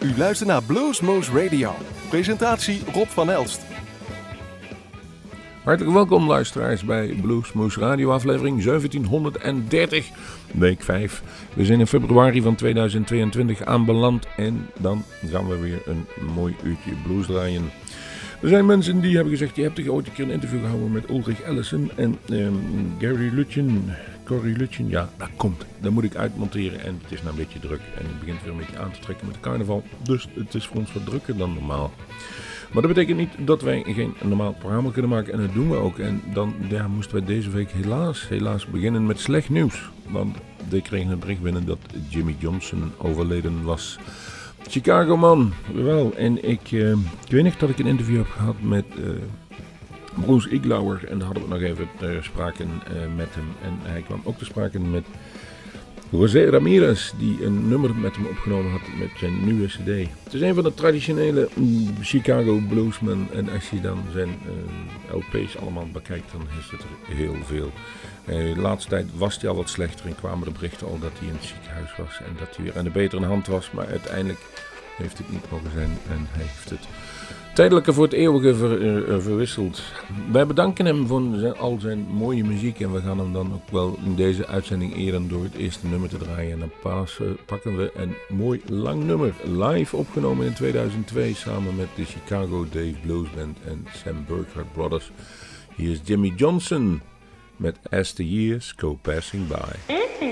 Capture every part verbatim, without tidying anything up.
U luistert naar Bluesmoose Radio. Presentatie Rob van Elst. Hartelijk welkom luisteraars bij Bluesmoose Radio aflevering zeventienhonderddertig, week vijf. We zijn in februari van tweeduizend tweeëntwintig aanbeland en dan gaan we weer een mooi uurtje blues draaien. Er zijn mensen die hebben gezegd, je hebt toch ooit een keer een interview gehouden met Ulrich Ellison en um, Gary Lutjen. Cory Lutjen, ja, dat komt. Dat moet ik uitmonteren en het is nou een beetje druk. En het begint weer een beetje aan te trekken met de carnaval. Dus het is voor ons wat drukker dan normaal. Maar dat betekent niet dat wij geen normaal programma kunnen maken. En dat doen we ook. En dan ja, moesten wij deze week helaas, helaas beginnen met slecht nieuws. Want we kregen een bericht binnen dat Jimmy Johnson overleden was. Chicago man, wel. En ik, uh, ik weet nog dat ik een interview heb gehad met uh, Bruce Iglauer. En daar hadden we nog even uh, spraken uh, met hem. En hij kwam ook te sprake met José Ramirez, die een nummer met hem opgenomen had met zijn nieuwe cd. Het is een van de traditionele mm, Chicago bluesmen. En als je dan zijn uh, L P's allemaal bekijkt, dan is het er heel veel. Uh, de laatste tijd was hij al wat slechter en kwamen de berichten al dat hij in het ziekenhuis was. En dat hij weer aan de betere hand was. Maar uiteindelijk heeft het niet mogen zijn en hij heeft het tijdelijke voor het eeuwige ver, uh, verwisseld. Wij bedanken hem voor zijn, al zijn mooie muziek. En we gaan hem dan ook wel in deze uitzending eren door het eerste nummer te draaien. En dan pas, uh, pakken we een mooi lang nummer. Live opgenomen in tweeduizend twee samen met de Chicago Dave Blues Band en Sam Burkhardt Brothers. Hier is Jimmy Johnson met As the Years Go Passing By. Mm-hmm.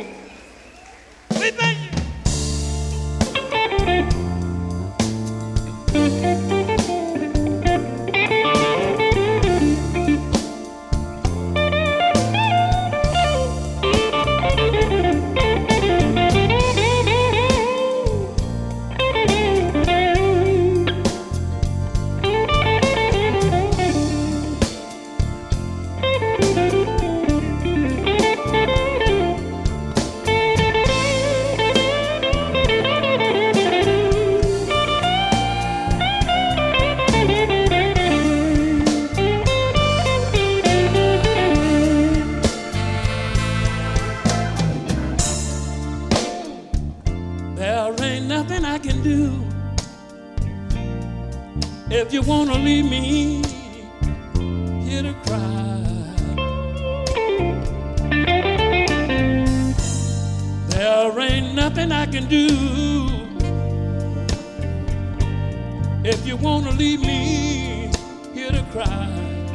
If you wanna leave me here to cry, there ain't nothing I can do. If you wanna leave me here to cry,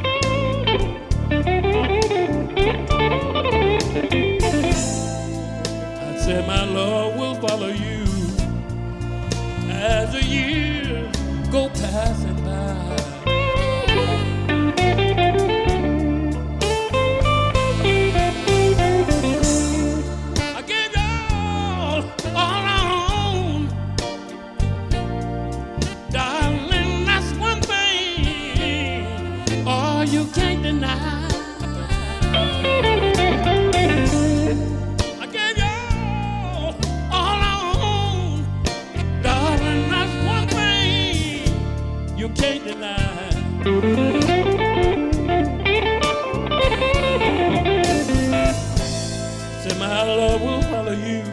I said my love will follow you as the years go passing by. I gave you all, all I own, darling, that's one thing, oh, you can't deny. I gave you all, all I own, darling, that's one thing you can't deny. Say my love will follow you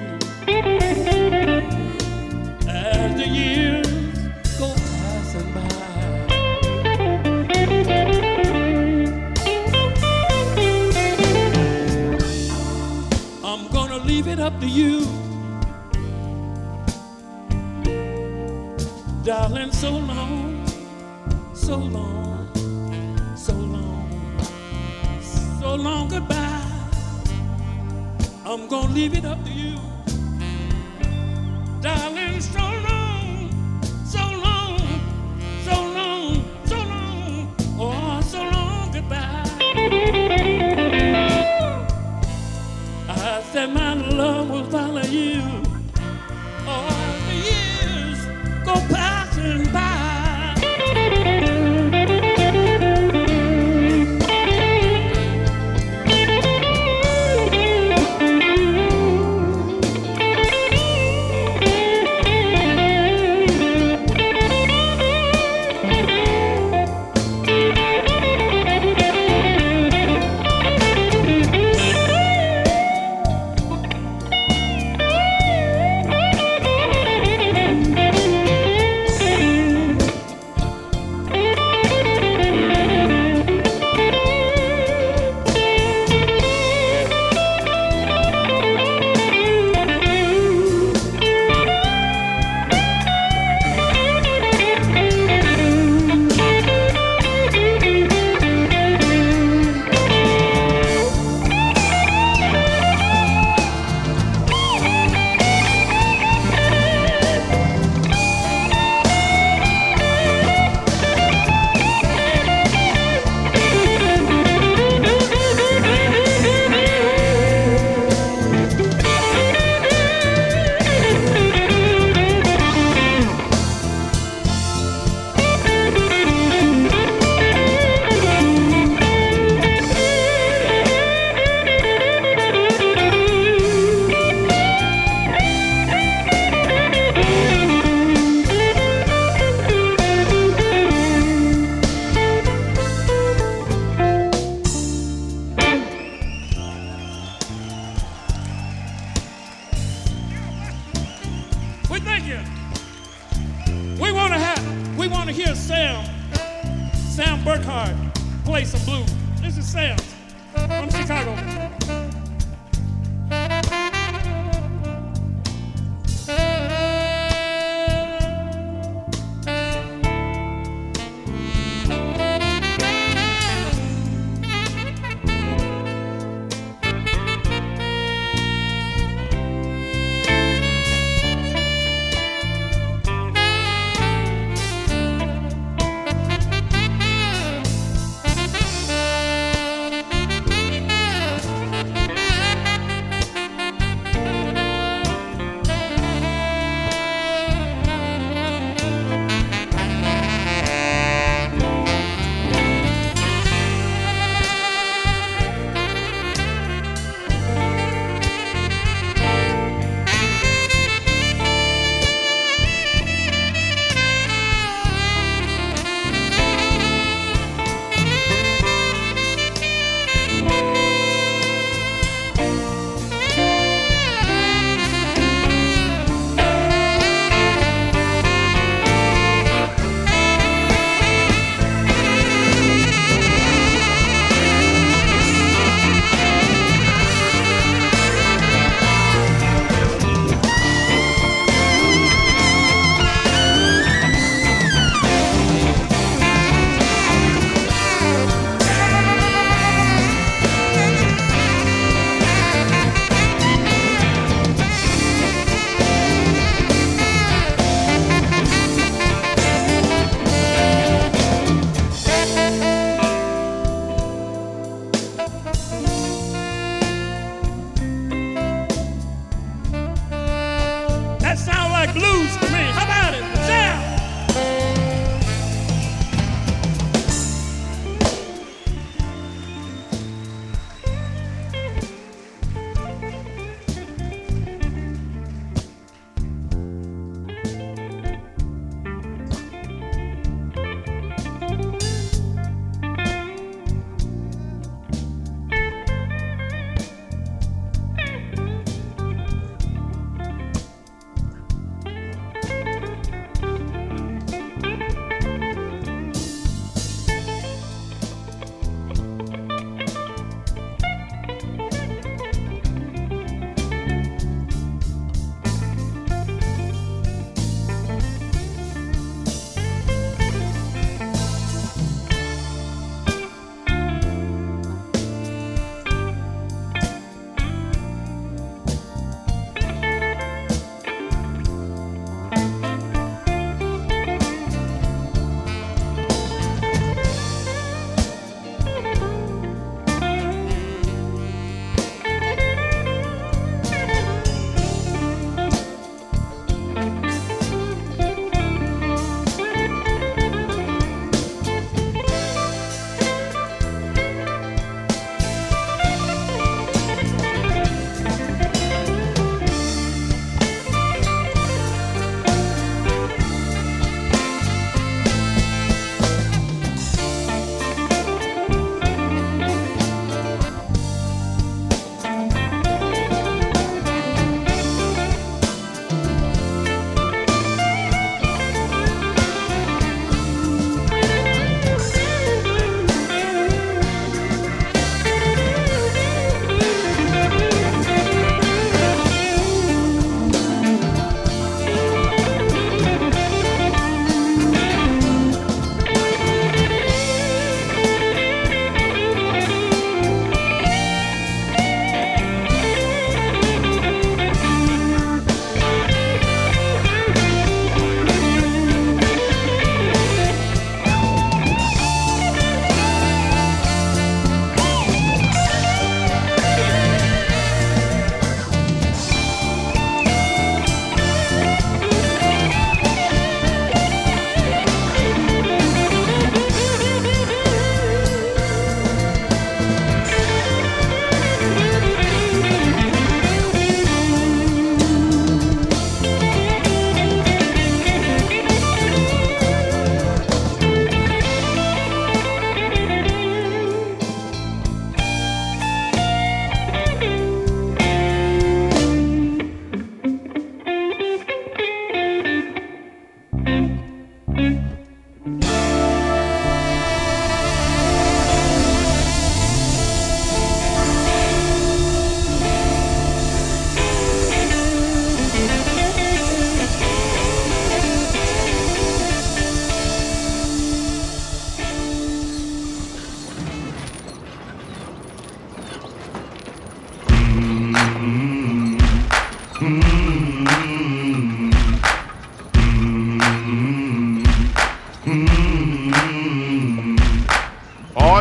as the years go passing by. I'm gonna leave it up to you, darling, so long, so long, so long, so long goodbye. I'm gonna leave it up to you, darling, so long, so long, so long, so long, oh, so long goodbye. I said my love will follow you, all the years go passing by. We thank you. We want to have, we want to hear Sam, Sam Burkhart play some blues. This is Sam from Chicago.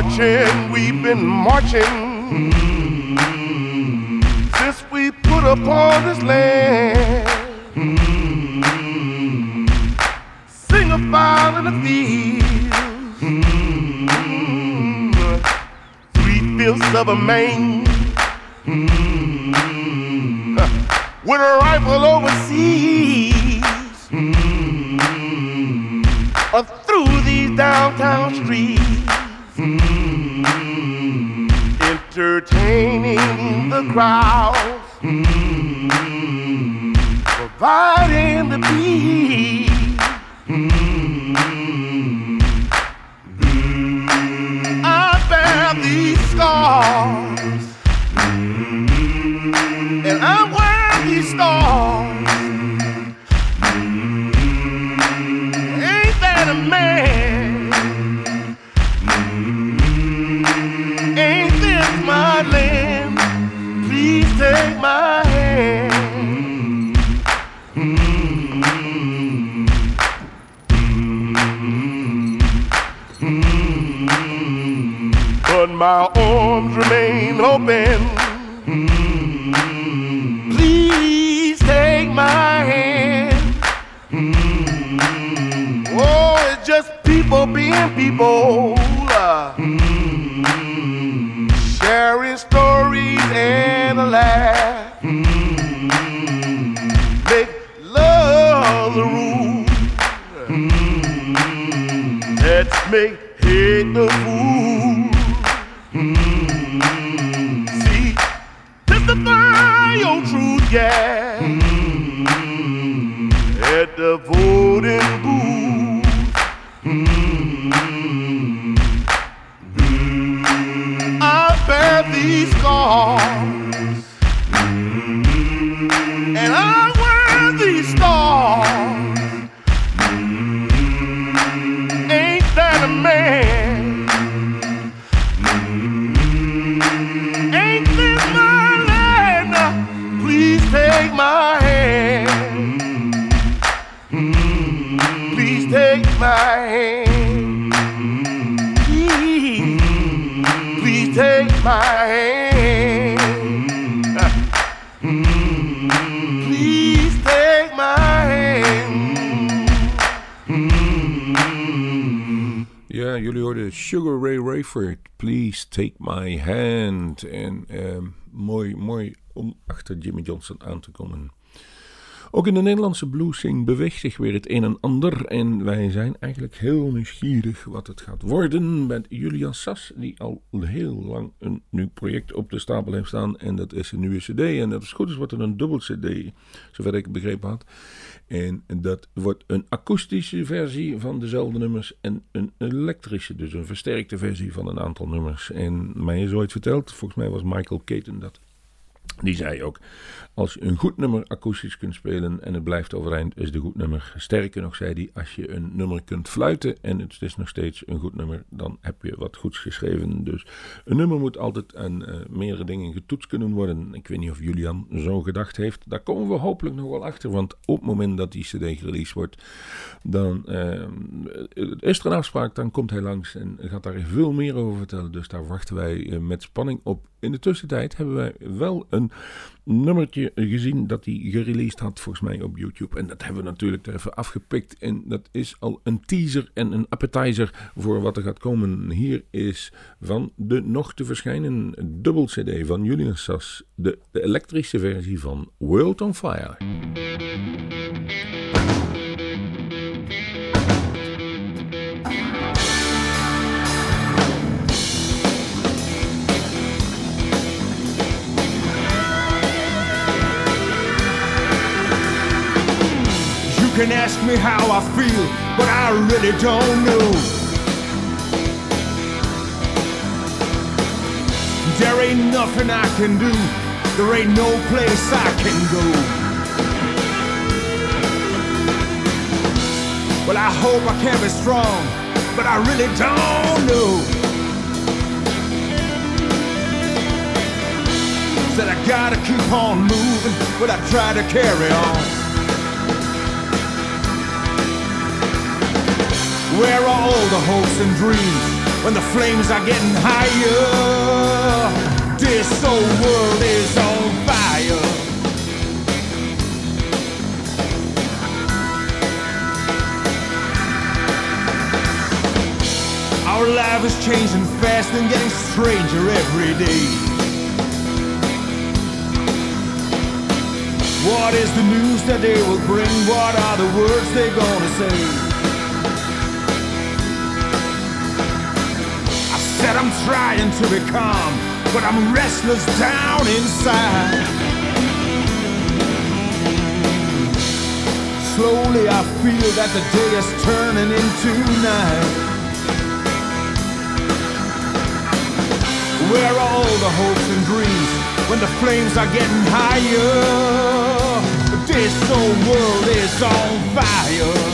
marching, we've been marching since we put upon this land. Sing a file in the fields, three-fifths of a man with a rifle overseas, or through these downtown streets, entertaining the crowd, providing the peace. I bear these scars, and I wear these stars. Ain't that a man? Ain't this my land? Please take my hand. But my arms remain open. Please take my hand. Oh, it's just people being people, uh, sharing stories and a laugh. Make love the rule. Let's make hate the fool. See, testify your truth, yeah, at the voting booth. I bear these scars, and I wear these stars. Ain't that a man? Ain't this my land? Please take my hand. Please take my hand. Please, please take my hand. Please take my hand. Ja, jullie hoorden Sugar Ray Rayford, Please Take My Hand. En uh, mooi, mooi om achter Jimmy Johnson aan te komen. Ook in de Nederlandse bluesing beweegt zich weer het een en ander. En wij zijn eigenlijk heel nieuwsgierig wat het gaat worden met Julian Sas, die al heel lang een nieuw project op de stapel heeft staan. En dat is een nieuwe cd. En dat is goed, is wordt het een dubbel cd, zover ik begrepen had. En dat wordt een akoestische versie van dezelfde nummers en een elektrische, dus een versterkte versie van een aantal nummers. En mij is ooit verteld, volgens mij was Michael Caton dat. Die zei ook, als je een goed nummer akoestisch kunt spelen en het blijft overeind, is het een goed nummer. Sterker nog, zei hij, als je een nummer kunt fluiten en het is nog steeds een goed nummer, dan heb je wat goeds geschreven. Dus een nummer moet altijd aan uh, meerdere dingen getoetst kunnen worden. Ik weet niet of Julian zo gedacht heeft. Daar komen we hopelijk nog wel achter, want op het moment dat die cd gereleased wordt, dan uh, is er een afspraak, dan komt hij langs en gaat daar veel meer over vertellen. Dus daar wachten wij uh, met spanning op. In de tussentijd hebben wij wel een nummertje gezien dat hij gereleased had, volgens mij op YouTube. En dat hebben we natuurlijk er even afgepikt. En dat is al een teaser en een appetizer voor wat er gaat komen. Hier is van de nog te verschijnen dubbel cd van Julian Sas, de, de elektrische versie van World on Fire. You can ask me how I feel, but I really don't know. There ain't nothing I can do, there ain't no place I can go. Well, I hope I can be strong, but I really don't know. Said I gotta keep on moving, but I try to carry on. Where are all the hopes and dreams when the flames are getting higher. This old world is on fire. Our life is changing fast and getting stranger every day. What is the news that they will bring? What are the words they're gonna say? I said I'm trying to be calm, but I'm restless down inside. Slowly I feel that the day is turning into night. Where are all the hopes and dreams when the flames are getting higher? This old world is on fire.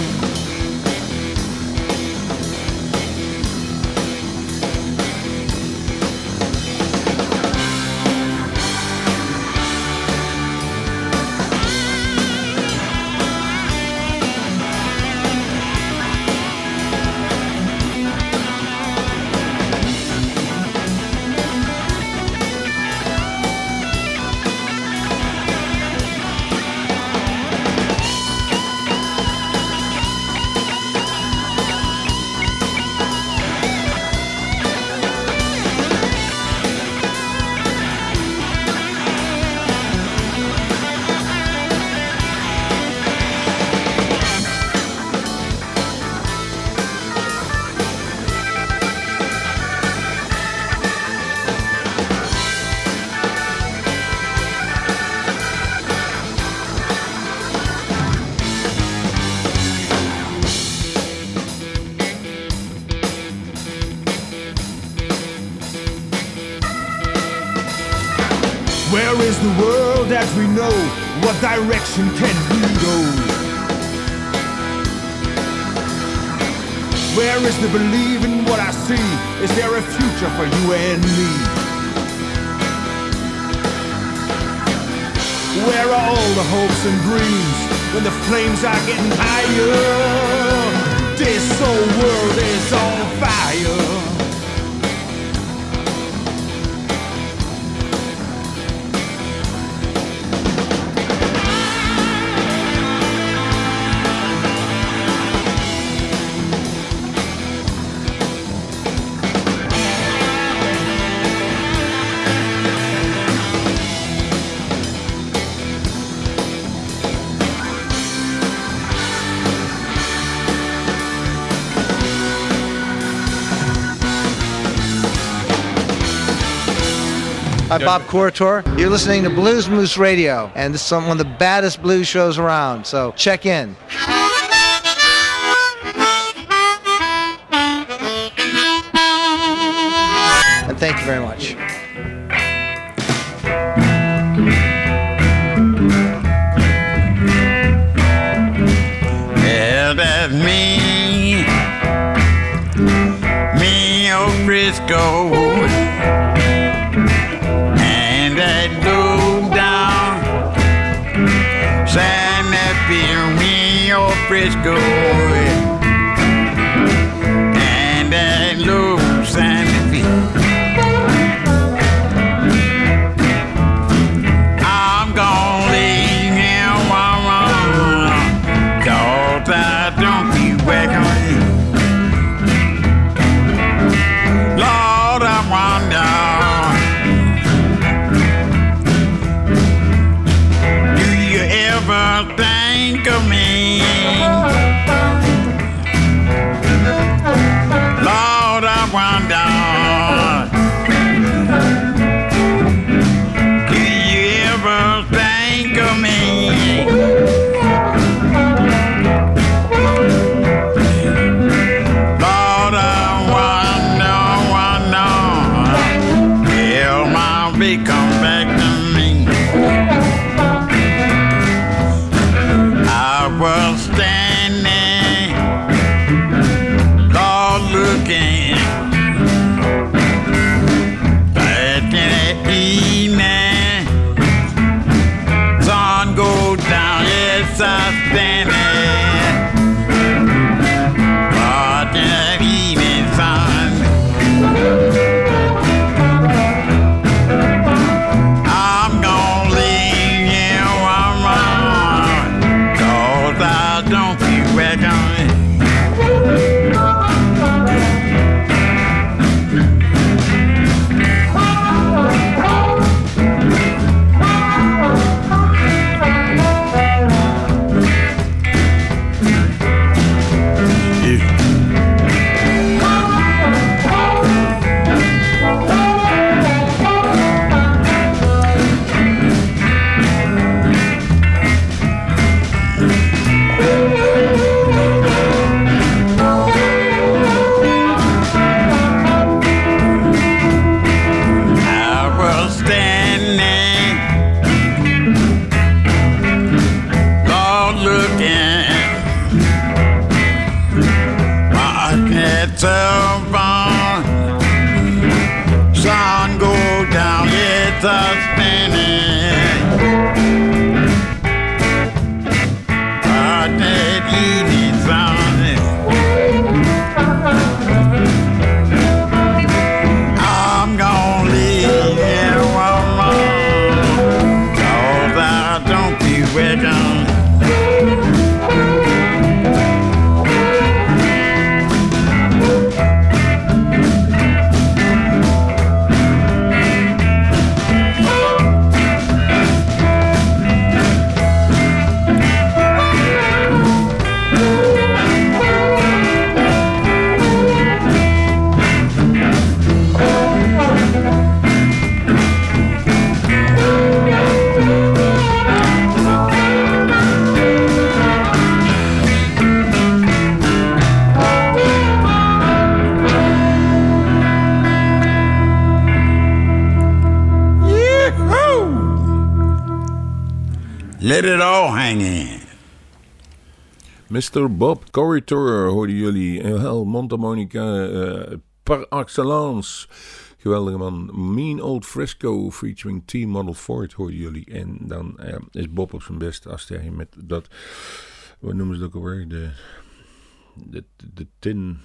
Where is the world that we know? What direction can we go? Where is the belief in what I see? Is there a future for you and me? Where are all the hopes and dreams when the flames are getting higher? This whole world is on fire. I'm Bob Corritore. You're listening to Blues Moose Radio, and this is one of the baddest blues shows around, so check in. And thank you very much. Well, that's me, me old Frisco. Frisco and that low Santa Fe. I'm gonna leave him alone, 'cause I don't be back on you. Lord, I wonder, do you ever think of me? Lord, I wonder, do you ever think of me? Lord, I wonder, wonder, will my baby come back to me? I was standing, Lord, looking back in the evening. Sun goes down, yes, I'm standing, but in the evening sun. I don't you reckon? Sun go down, it's a spinning. But that evening sun, I'm gonna leave here alone, 'cause I don't be reckon. Let it all hang in. mister Bob Corritor hoorden jullie. Hell, Mondharmonica uh, par excellence. Geweldige man. Mean Old Frisco featuring T-Model Ford hoorden jullie. En dan uh, is Bob op zijn best als hij met dat, wat noemen ze het ook alweer, de, de, de tin...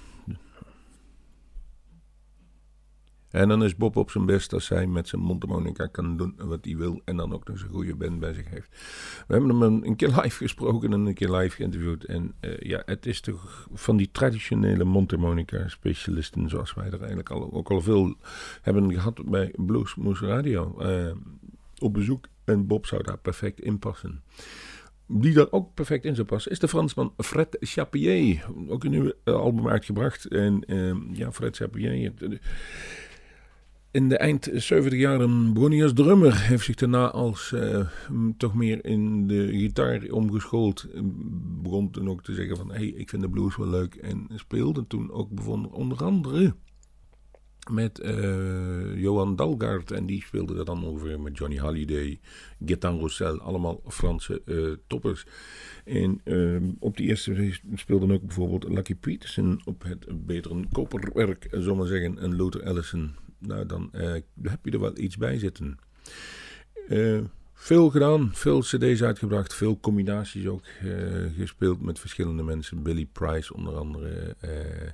En dan is Bob op zijn best als hij met zijn mondharmonica kan doen wat hij wil. En dan ook nog zijn goede band bij zich heeft. We hebben hem een, een keer live gesproken en een keer live geïnterviewd. En uh, ja, het is toch van die traditionele mondharmonica specialisten. Zoals wij er eigenlijk al, ook al veel hebben gehad bij Bluesmoose Radio. Uh, op bezoek. En Bob zou daar perfect in passen. Die daar ook perfect in zou passen, is de Fransman Fred Chapier. Ook een nieuwe album uitgebracht. En uh, ja, Fred Chapier... Uh, In de eind zeventig jaren begon hij als drummer. Heeft zich daarna als uh, toch meer in de gitaar omgeschoold. Begon toen ook te zeggen van, hé, hey, ik vind de blues wel leuk. En speelde toen ook bijvoorbeeld onder andere met uh, Johan Dalgaard. En die speelde dat dan ongeveer met Johnny Hallyday, Gaetan Roussel. Allemaal Franse uh, toppers. En uh, op die eerste speelden ook bijvoorbeeld Lucky Peterson op het betere koperwerk, zullen we maar zeggen. En Luther Allison. Nou, dan uh, heb je er wel iets bij zitten. Uh, veel gedaan, veel cd's uitgebracht, veel combinaties ook uh, gespeeld met verschillende mensen. Billy Price onder andere, uh,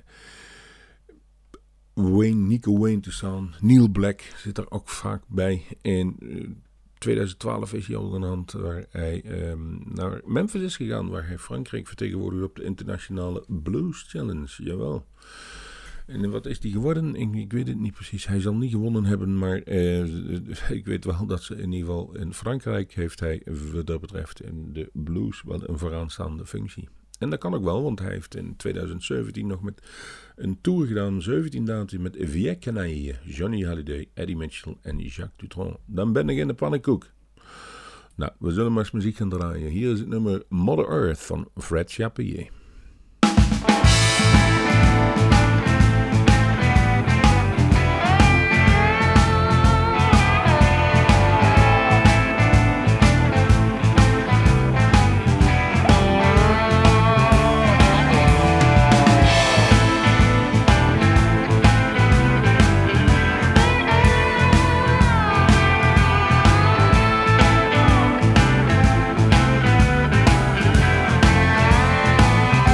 Wayne, Nico Wayne te staan, Neil Black zit er ook vaak bij. En uh, twintig twaalf is hij al aan de hand waar hij um, naar Memphis is gegaan, waar hij Frankrijk vertegenwoordigde op de internationale Blues Challenge. Jawel. En wat is die geworden? Ik, ik weet het niet precies. Hij zal niet gewonnen hebben, maar uh, ik weet wel dat ze in ieder geval in Frankrijk heeft hij wat dat betreft in de blues wel een vooraanstaande functie. En dat kan ook wel, want hij heeft in twintig zeventien nog met een tour gedaan, zeventien dagen met Vieux Canaille, Johnny Hallyday, Eddie Mitchell en Jacques Dutronc. Dan ben ik in de pannenkoek. Nou, we zullen maar eens muziek gaan draaien. Hier is het nummer Mother Earth van Fred Chapier. Mother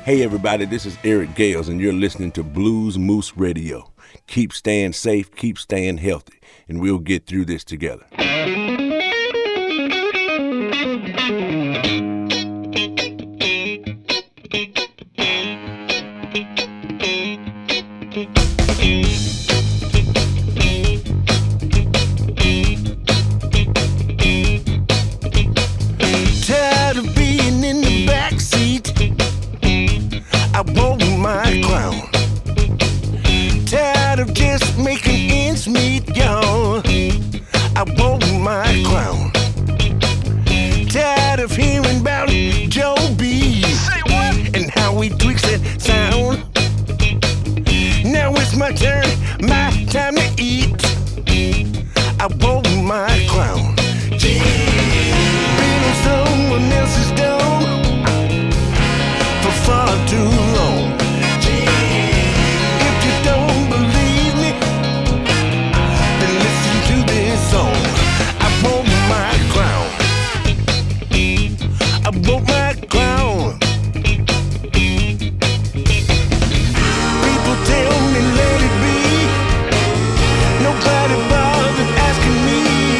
Hey everybody, this is Eric Gales and you're listening to Blues Moose Radio. Keep staying safe, keep staying healthy, and we'll get through this together. Tired of being in the backseat, I want my crown. Tired of just making ends meet, y'all. I want my crown. Tired of hearing about Joe B. Say what? And how he tweaks that sound. Now it's my turn, my time to eat. I want my crown. Been on someone else's dome for far too long. If you don't believe me, then listen to this song. I want my crown. I want my crown. People tell me let it be. Nobody bothered asking me.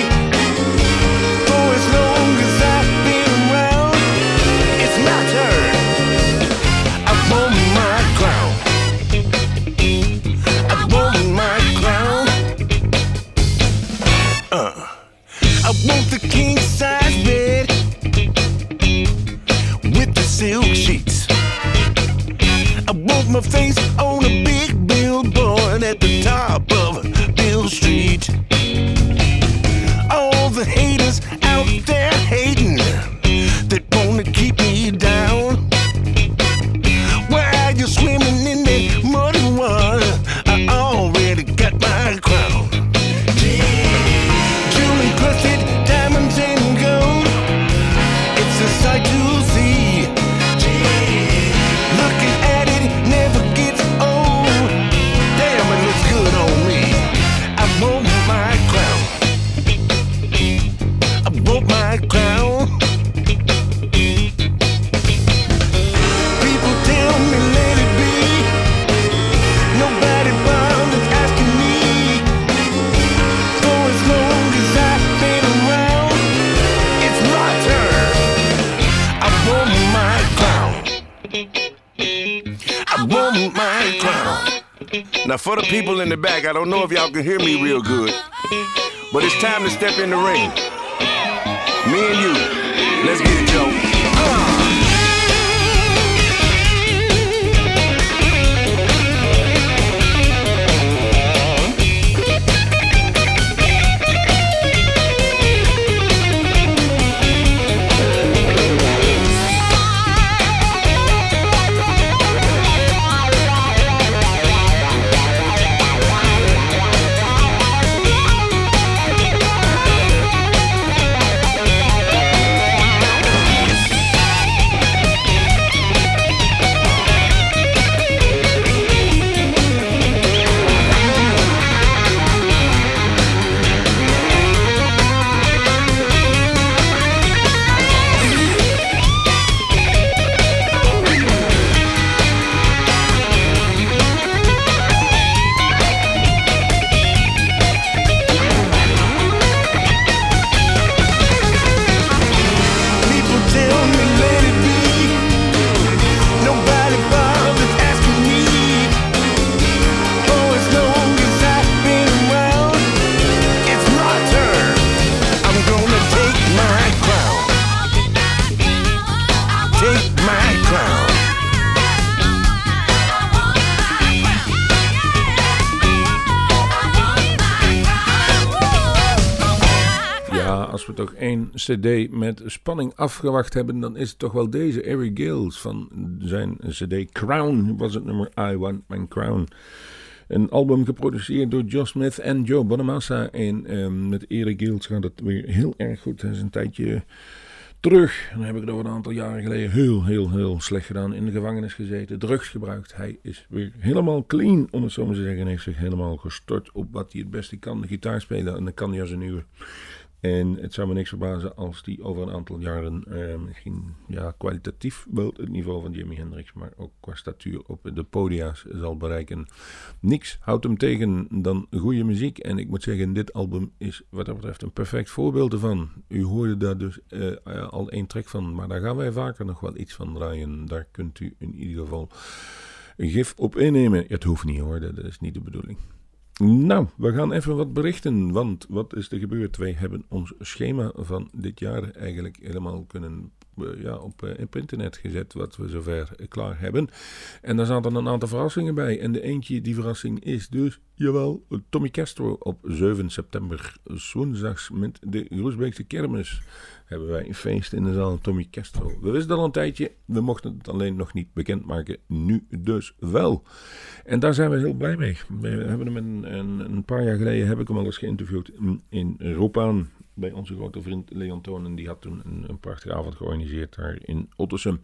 For as long as I've been around, it's my turn. I want my crown. I want my crown. Uh, I want the king size bed with the silk sheets. I want my face on a big billboard at the top of Bill Street. All the haters out there hating that wanna keep me down. Why are you swimming in that muddy water? I already got my crown. Jewel encrusted diamonds and gold, it's a sight to see. Looking at it never gets old. Damn, it looks good on me. I want my crown. I want my crown. People tell me let it be. Nobody bothers asking me. For as long as I've been around, it's my turn. I want my crown. I want my crown. Now for the people in the back, I don't know if y'all can hear me real good, but it's time to step in the ring. Me and you, let's get it, Joe. Als we toch één cd met spanning afgewacht hebben, dan is het toch wel deze. Eric Gales van zijn cd Crown was het nummer I Want My Crown. Een album geproduceerd door Josh Smith en Joe Bonamassa. En um, met Eric Gales gaat het weer heel erg goed. Hij is een tijdje terug. Dan heb ik het over een aantal jaren geleden heel, heel, heel slecht gedaan. In de gevangenis gezeten, drugs gebruikt. Hij is weer helemaal clean, om het zo maar te zeggen. En heeft zich helemaal gestort op wat hij het beste kan. De gitaar spelen en dan kan hij als een nieuwe. En het zou me niks verbazen als die over een aantal jaren uh, misschien ja, kwalitatief wel het niveau van Jimi Hendrix, maar ook qua statuur op de podia's zal bereiken. Niks houdt hem tegen dan goede muziek. En ik moet zeggen, dit album is wat dat betreft een perfect voorbeeld ervan. U hoorde daar dus uh, al één track van, maar daar gaan wij vaker nog wel iets van draaien. Daar kunt u in ieder geval gif op innemen. Het hoeft niet hoor, dat is niet de bedoeling. Nou, we gaan even wat berichten, want wat is er gebeurd? Wij hebben ons schema van dit jaar eigenlijk helemaal kunnen uh, ja, op, uh, op internet gezet, wat we zover uh, klaar hebben. En daar zaten een aantal verrassingen bij. En de eentje, die verrassing is dus, jawel, Tommy Castro op zeven september, woensdags met de Groesbeekse kermis. Hebben wij een feest in de zaal Tommy Castro. We wisten al een tijdje, we mochten het alleen nog niet bekendmaken, nu dus wel. En daar zijn we heel blij mee. We hebben hem een, een, een paar jaar geleden, heb ik hem al eens geïnterviewd in Ropaan. Bij onze grote vriend Leon Tonen, die had toen een, een prachtige avond georganiseerd daar in Ottersum.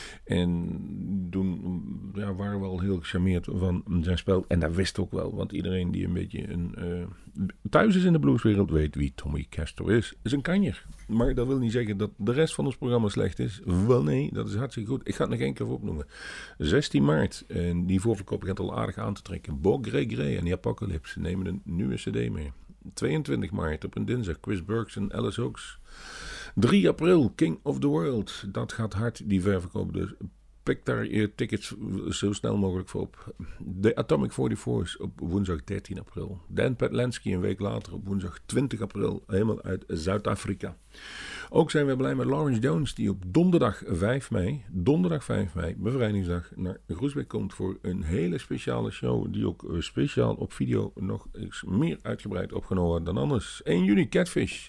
En toen ja, waren we al heel gecharmeerd van zijn spel. En dat wist ook wel, want iedereen die een beetje een, uh, thuis is in de blueswereld weet wie Tommy Castro is. Is een kanjer. Maar dat wil niet zeggen dat de rest van ons programma slecht is. Wel nee, dat is hartstikke goed. Ik ga het nog één keer opnoemen. zestien maart, en die voorverkoop begint al aardig aan te trekken. Bo Grey Grey en die Apocalypse nemen een nieuwe cd mee. tweeëntwintig maart op een dinsdag, Chris Burks en Alice Hooks. drie april, King of the World. Dat gaat hard, die ververkoop. Dus pik daar je tickets zo snel mogelijk voor op. De Atomic vierenveertig op woensdag dertien april. Dan Patlansky een week later op woensdag twintig april, helemaal uit Zuid-Afrika. Ook zijn we blij met Lawrence Jones, die op donderdag vijf mei, donderdag vijf mei, bevrijdingsdag, naar Groesbeek komt voor een hele speciale show, die ook speciaal op video nog eens meer uitgebreid opgenomen wordt dan anders. één juni, Catfish.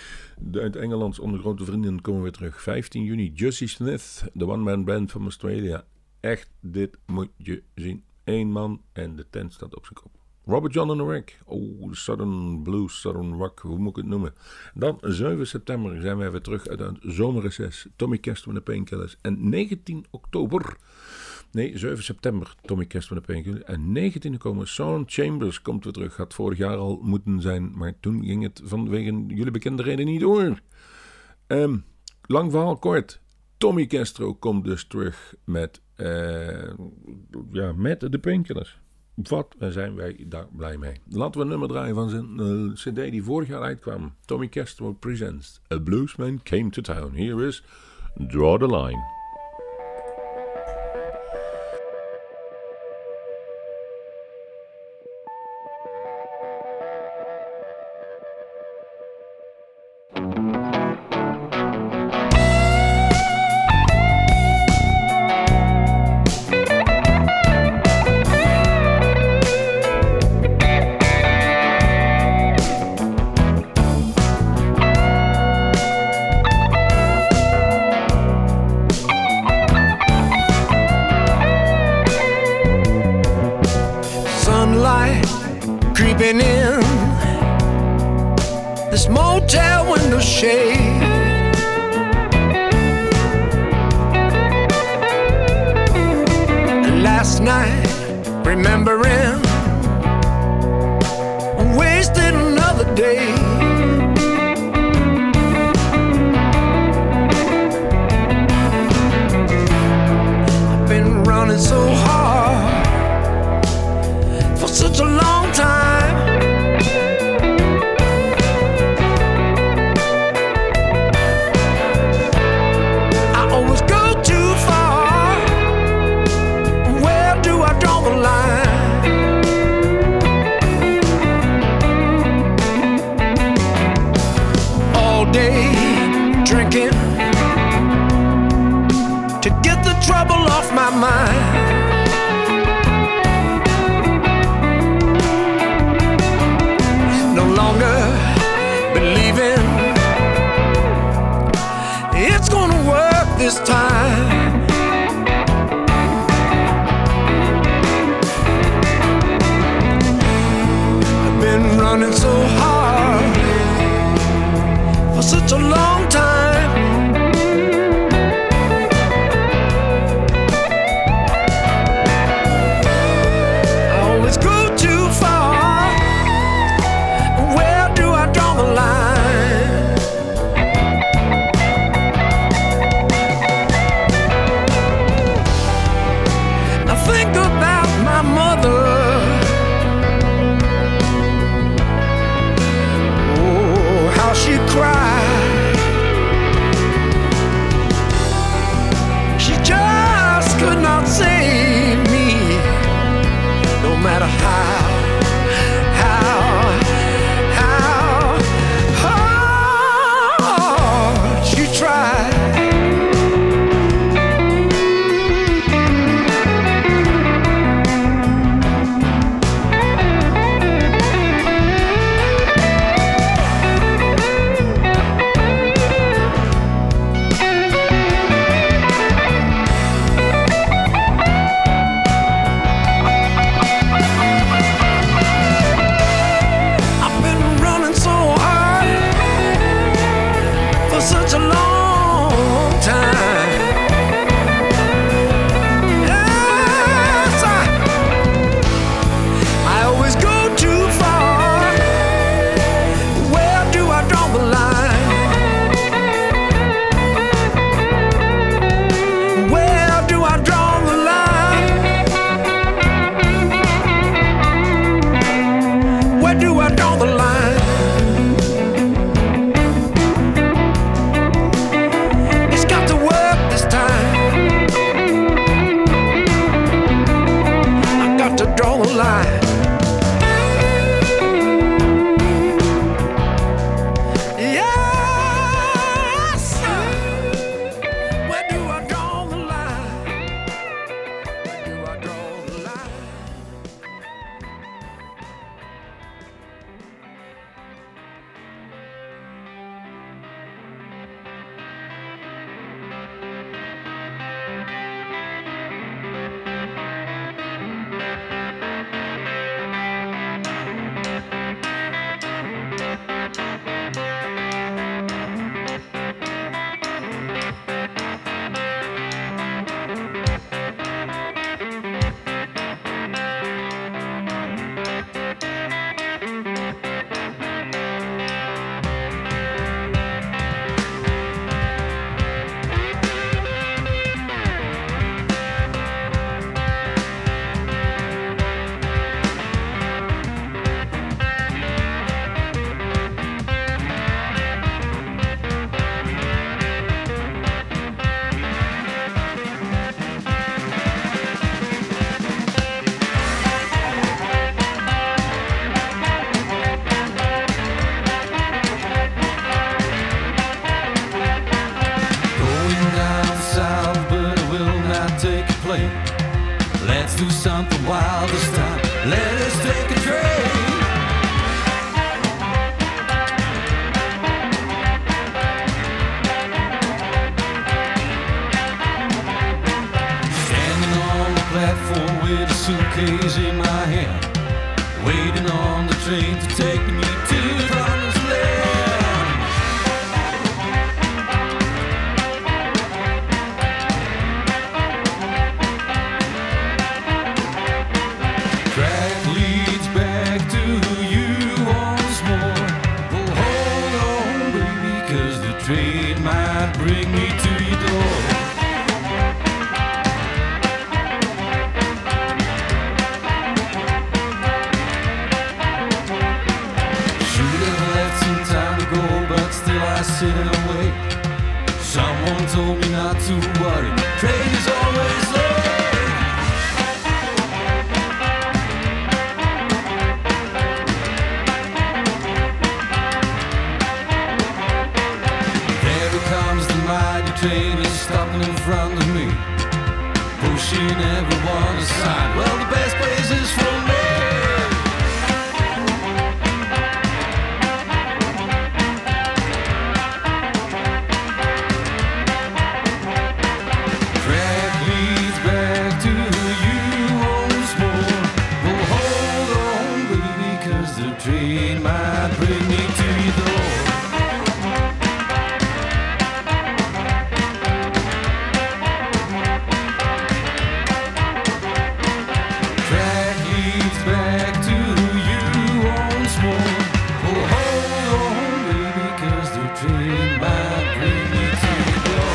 De uit Engelands onder grote vrienden komen weer terug. vijftien juni, Jussie Smith, de one-man band van Australia. Echt, dit moet je zien. Eén man en de tent staat op zijn kop. Robert John en the Wreck. Oh, Southern Blues, Southern Rock, hoe moet ik het noemen? Dan zeven september zijn wij weer terug uit het zomerreces. Tommy Castro en de Painkillers. En negentien oktober... Nee, zeven september, Tommy Castro en de Painkillers. En negentien oktober, Shawn Chambers komt weer terug. Had vorig jaar al moeten zijn, maar toen ging het vanwege jullie bekende reden niet door. Um, lang verhaal kort. Tommy Castro komt dus terug met, uh, ja, met de Painkillers. Wat zijn wij daar blij mee. Laten we een nummer draaien van zijn uh, cd die vorig jaar uitkwam. Tommy Castro Presents A Bluesman Came to Town. Here is Draw the Line. Creeping in this motel window shade, and last night remembering wasted another day. I've been running so hard for such a long time. I always go too far. Where do I draw the line? All day drinking to get the trouble off my mind. Believing it's gonna work this time. I've been running so hard for such a long time. I always go too far. Where do I draw the line? do something wild this time. Let us take a train. Standing on the platform with a suitcase in my hand, waiting on the train to take me to the promised land. Track leads back to you once more. Well, hold on, baby, 'cause the train might bring me to your door. I sit and wait. Someone told me not to worry. Train is always late. There it comes, the mighty train is stopping in front of me, pushing everyone aside. Well, the best place is for me. Train might bring me to your door. Track leads back to you once more. Oh, hold on, baby, 'cause the train might bring me to your door.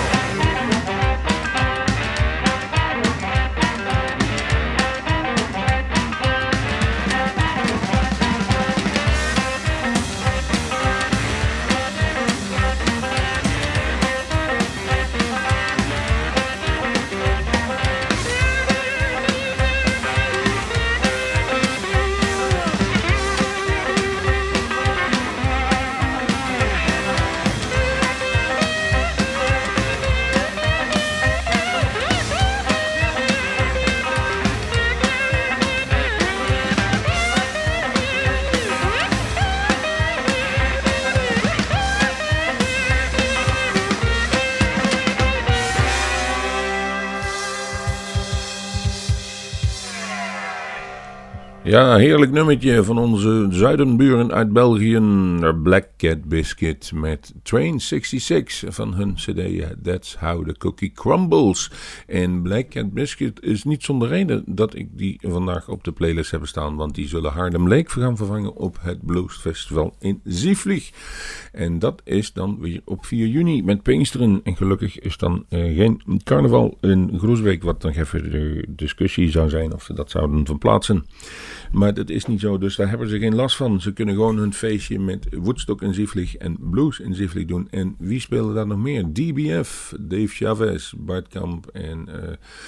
Ja, heerlijk nummertje van onze zuidenburen uit België. Black Cat Biscuit met Train zesenzestig van hun cd That's How the Cookie Crumbles. En Black Cat Biscuit is niet zonder reden dat ik die vandaag op de playlist heb staan. Want die zullen Haarlem Lake gaan vervangen op het Blues Festival in Zieflig. En dat is dan weer op vier juni met Pinksteren. En gelukkig is dan uh, geen carnaval in Groesbeek. Wat nog even de discussie zou zijn of ze dat zouden verplaatsen. Maar dat is niet zo, dus daar hebben ze geen last van. Ze kunnen gewoon hun feestje met Woodstock in Zieflig en Blues in Zieflig doen. En wie spelen daar nog meer? D B F, Dave Chavez, Bart Kamp en uh,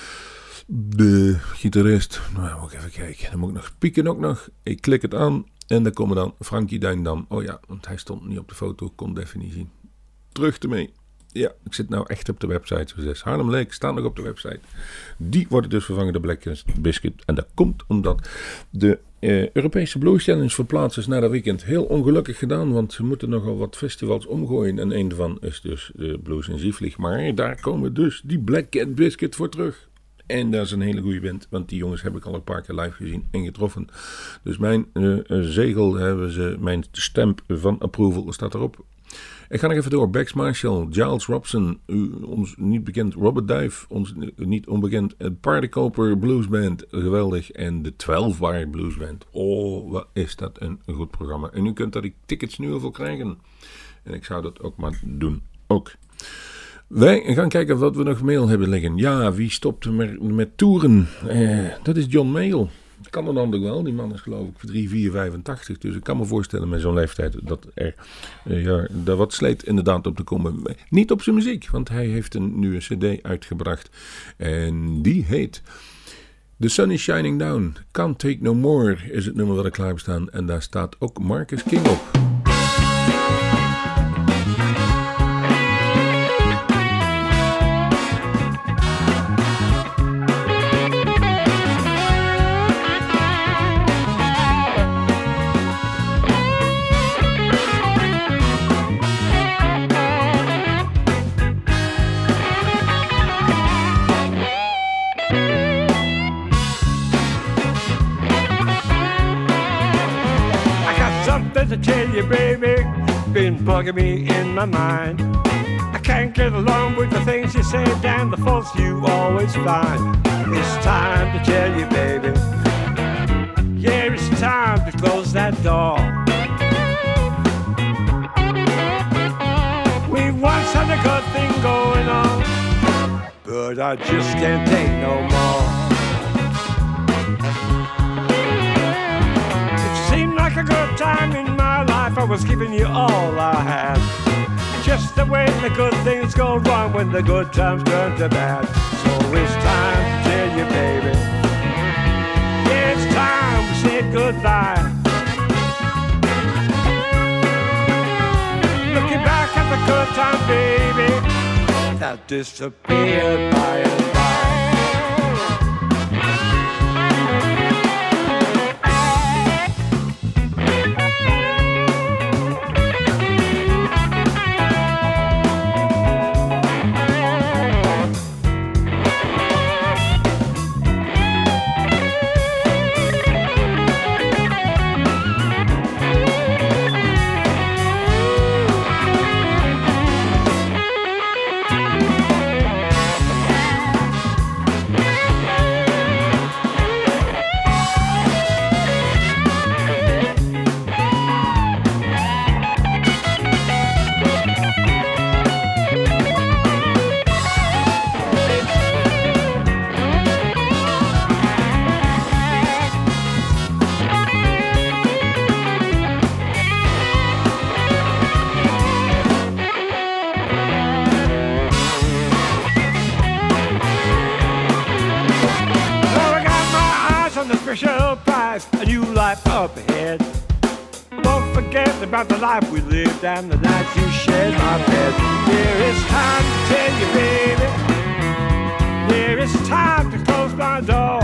de gitarist. Nou, moet ik even kijken. Dan moet ik nog pieken ook nog. Ik klik het aan en dan komen dan Frankie Duindam. Oh ja, want hij stond niet op de foto, kon het even niet zien. Terug ermee. Ja, ik zit nou echt op de website. Dus Haarlem Lake staat nog op de website. Die worden dus vervangen door Black Cat Biscuit. En dat komt omdat de uh, Europese Blues Challenge verplaatst is na dat weekend. Heel ongelukkig gedaan, want ze moeten nogal wat festivals omgooien. En een daarvan is dus de Blues in Zieflig. Maar daar komen dus die Black Cat Biscuit voor terug. En dat is een hele goede band, want die jongens heb ik al een paar keer live gezien en getroffen. Dus mijn uh, zegel hebben ze, mijn stamp van approval staat erop. Ik ga nog even door. Bex Marshall, Giles Robson, u, ons niet bekend Robert Duif, ons niet onbekend Partykoper Bluesband, geweldig. En de twaalf Bar Bluesband. Oh, wat is dat een goed programma. En u kunt daar die tickets nu al krijgen. En ik zou dat ook maar doen. Ook. Wij gaan kijken wat we nog mail hebben liggen. Ja, wie stopt met, met toeren? Eh, dat is John Mayall. Kan er dan ook wel. Die man is geloof ik drie, vier, vijfentachtig. Dus ik kan me voorstellen met zo'n leeftijd dat er uh, ja, daar wat sleet inderdaad op te komen. Niet op zijn muziek, want hij heeft een nieuwe cd uitgebracht. En die heet The Sun is Shining Down. Can't Take No More is het nummer wat ik klaar heb staan. En daar staat ook Marcus King op. baby, been bugging me in my mind. I can't get along with the things you say and the faults you always find. It's time to tell you, baby, yeah, it's time to close that door. We once had a good thing going on, but I just can't take no more. It seemed like a good time in my life, I was giving you all I had. Just the way the good things go wrong when the good times turn to bad. So it's time to tell you, baby, yeah, it's time we said goodbye. Looking back at the good time, baby, that disappeared by and a new life up ahead. Don't forget about the life we lived and the nights you shared my bed. Here it's time to tell you, baby, here it's time to close my door.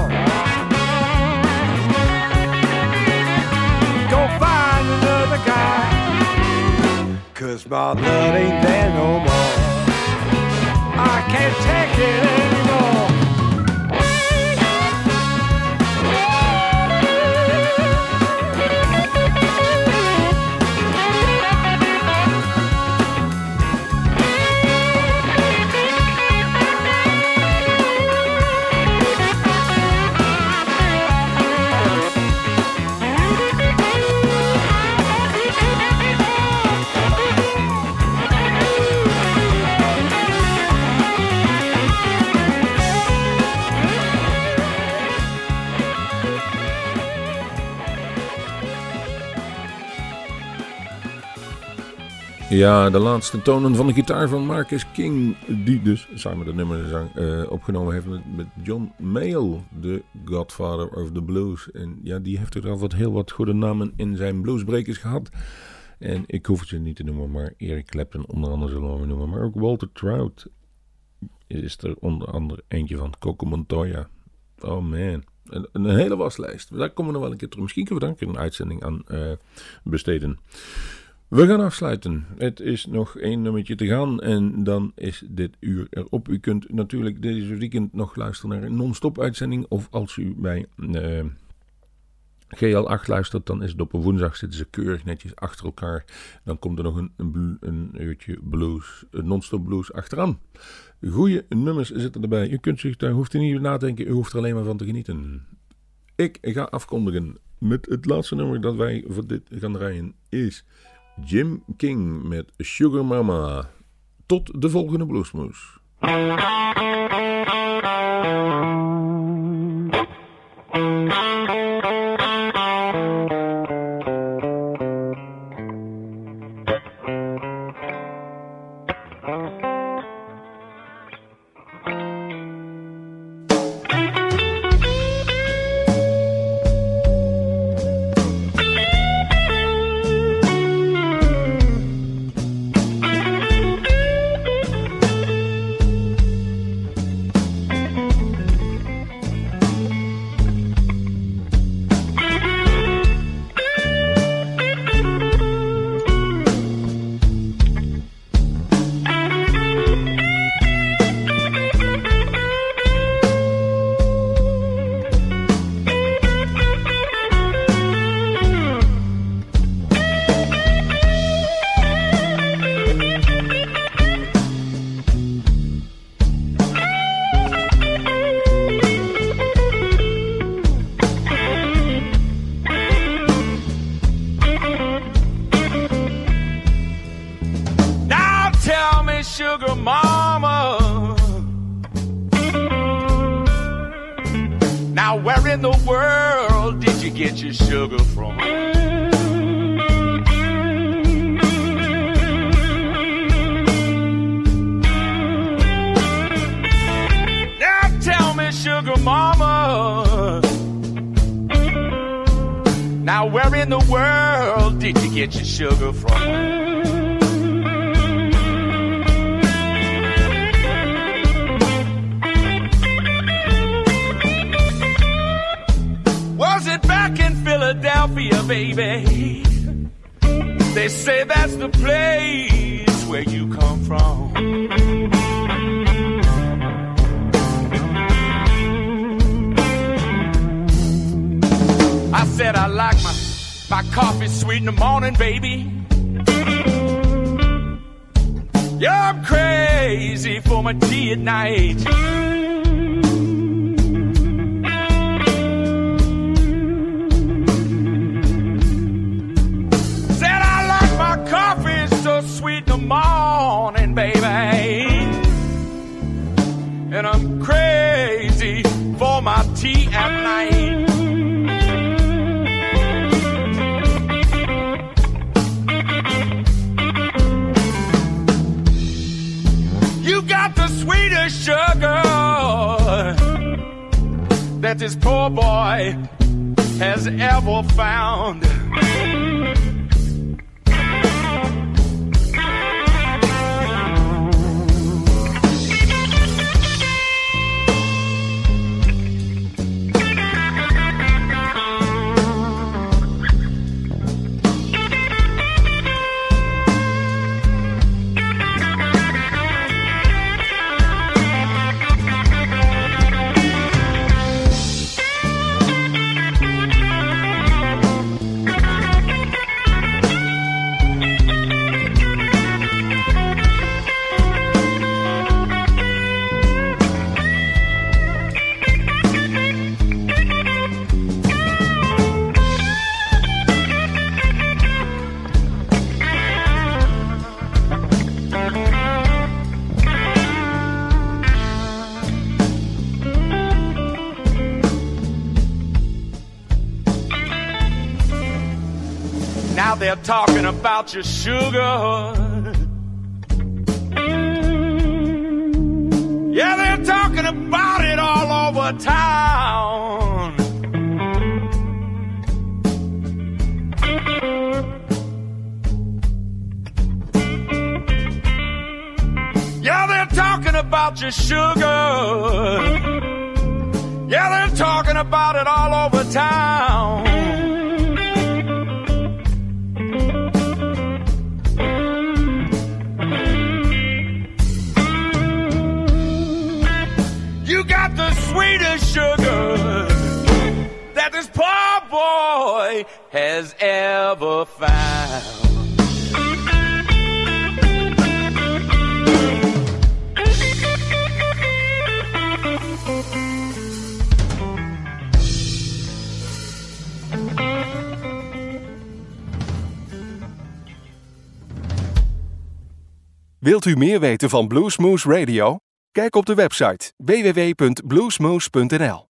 Go find another guy, 'cause my love ain't there no more. I can't take it anymore. Ja, de laatste tonen van de gitaar van Marcus King, die dus samen de nummer zang, uh, opgenomen heeft met, met John Mayall, de Godfather of the Blues. En ja, die heeft er al wat, heel wat goede namen in zijn bluesbrekers gehad. En ik hoef het ze niet te noemen, maar Eric Clapton onder andere zullen we noemen. Maar ook Walter Trout is er onder andere eentje van. Coco Montoya. Oh man. Een, een hele waslijst. Daar komen we nog wel een keer terug. Misschien kunnen we daar een uitzending aan uh, besteden. We gaan afsluiten. Het is nog één nummertje te gaan en dan is dit uur erop. U kunt natuurlijk deze weekend nog luisteren naar een non-stop uitzending. Of als u bij uh, G L acht luistert, dan is het op een woensdag, zitten ze keurig netjes achter elkaar. Dan komt er nog een, een, een uurtje blues, een non-stop blues achteraan. Goeie nummers zitten erbij. U kunt zich daar, hoeft u niet na te denken, u hoeft er alleen maar van te genieten. Ik ga afkondigen met het laatste nummer dat wij voor dit gaan draaien is Jim King met Sugar Mama. Tot de volgende Bluesmoes. me, sugar mama, now where in the world did you get your sugar from? Now tell me, sugar mama, now where in the world did you get your sugar from? Was it back in Philadelphia, baby? They say that's the place where you come from. I said I like my, my coffee sweet in the morning, baby. Yeah, I'm crazy for my tea at night. Said I like my coffee so sweet in the morning, baby. And I'm crazy for my tea at night. You got the sweetest sugar that this poor boy has ever found. Now they're talking about your sugar. Yeah, they're talking about it all over town. Yeah, they're talking about your sugar. Yeah, they're talking about it all over town. You got the sweetest sugar that this poor boy has ever found. Wilt u meer weten van Bluesmoose Radio? Kijk op de website w w w punt bluesmoose punt n l.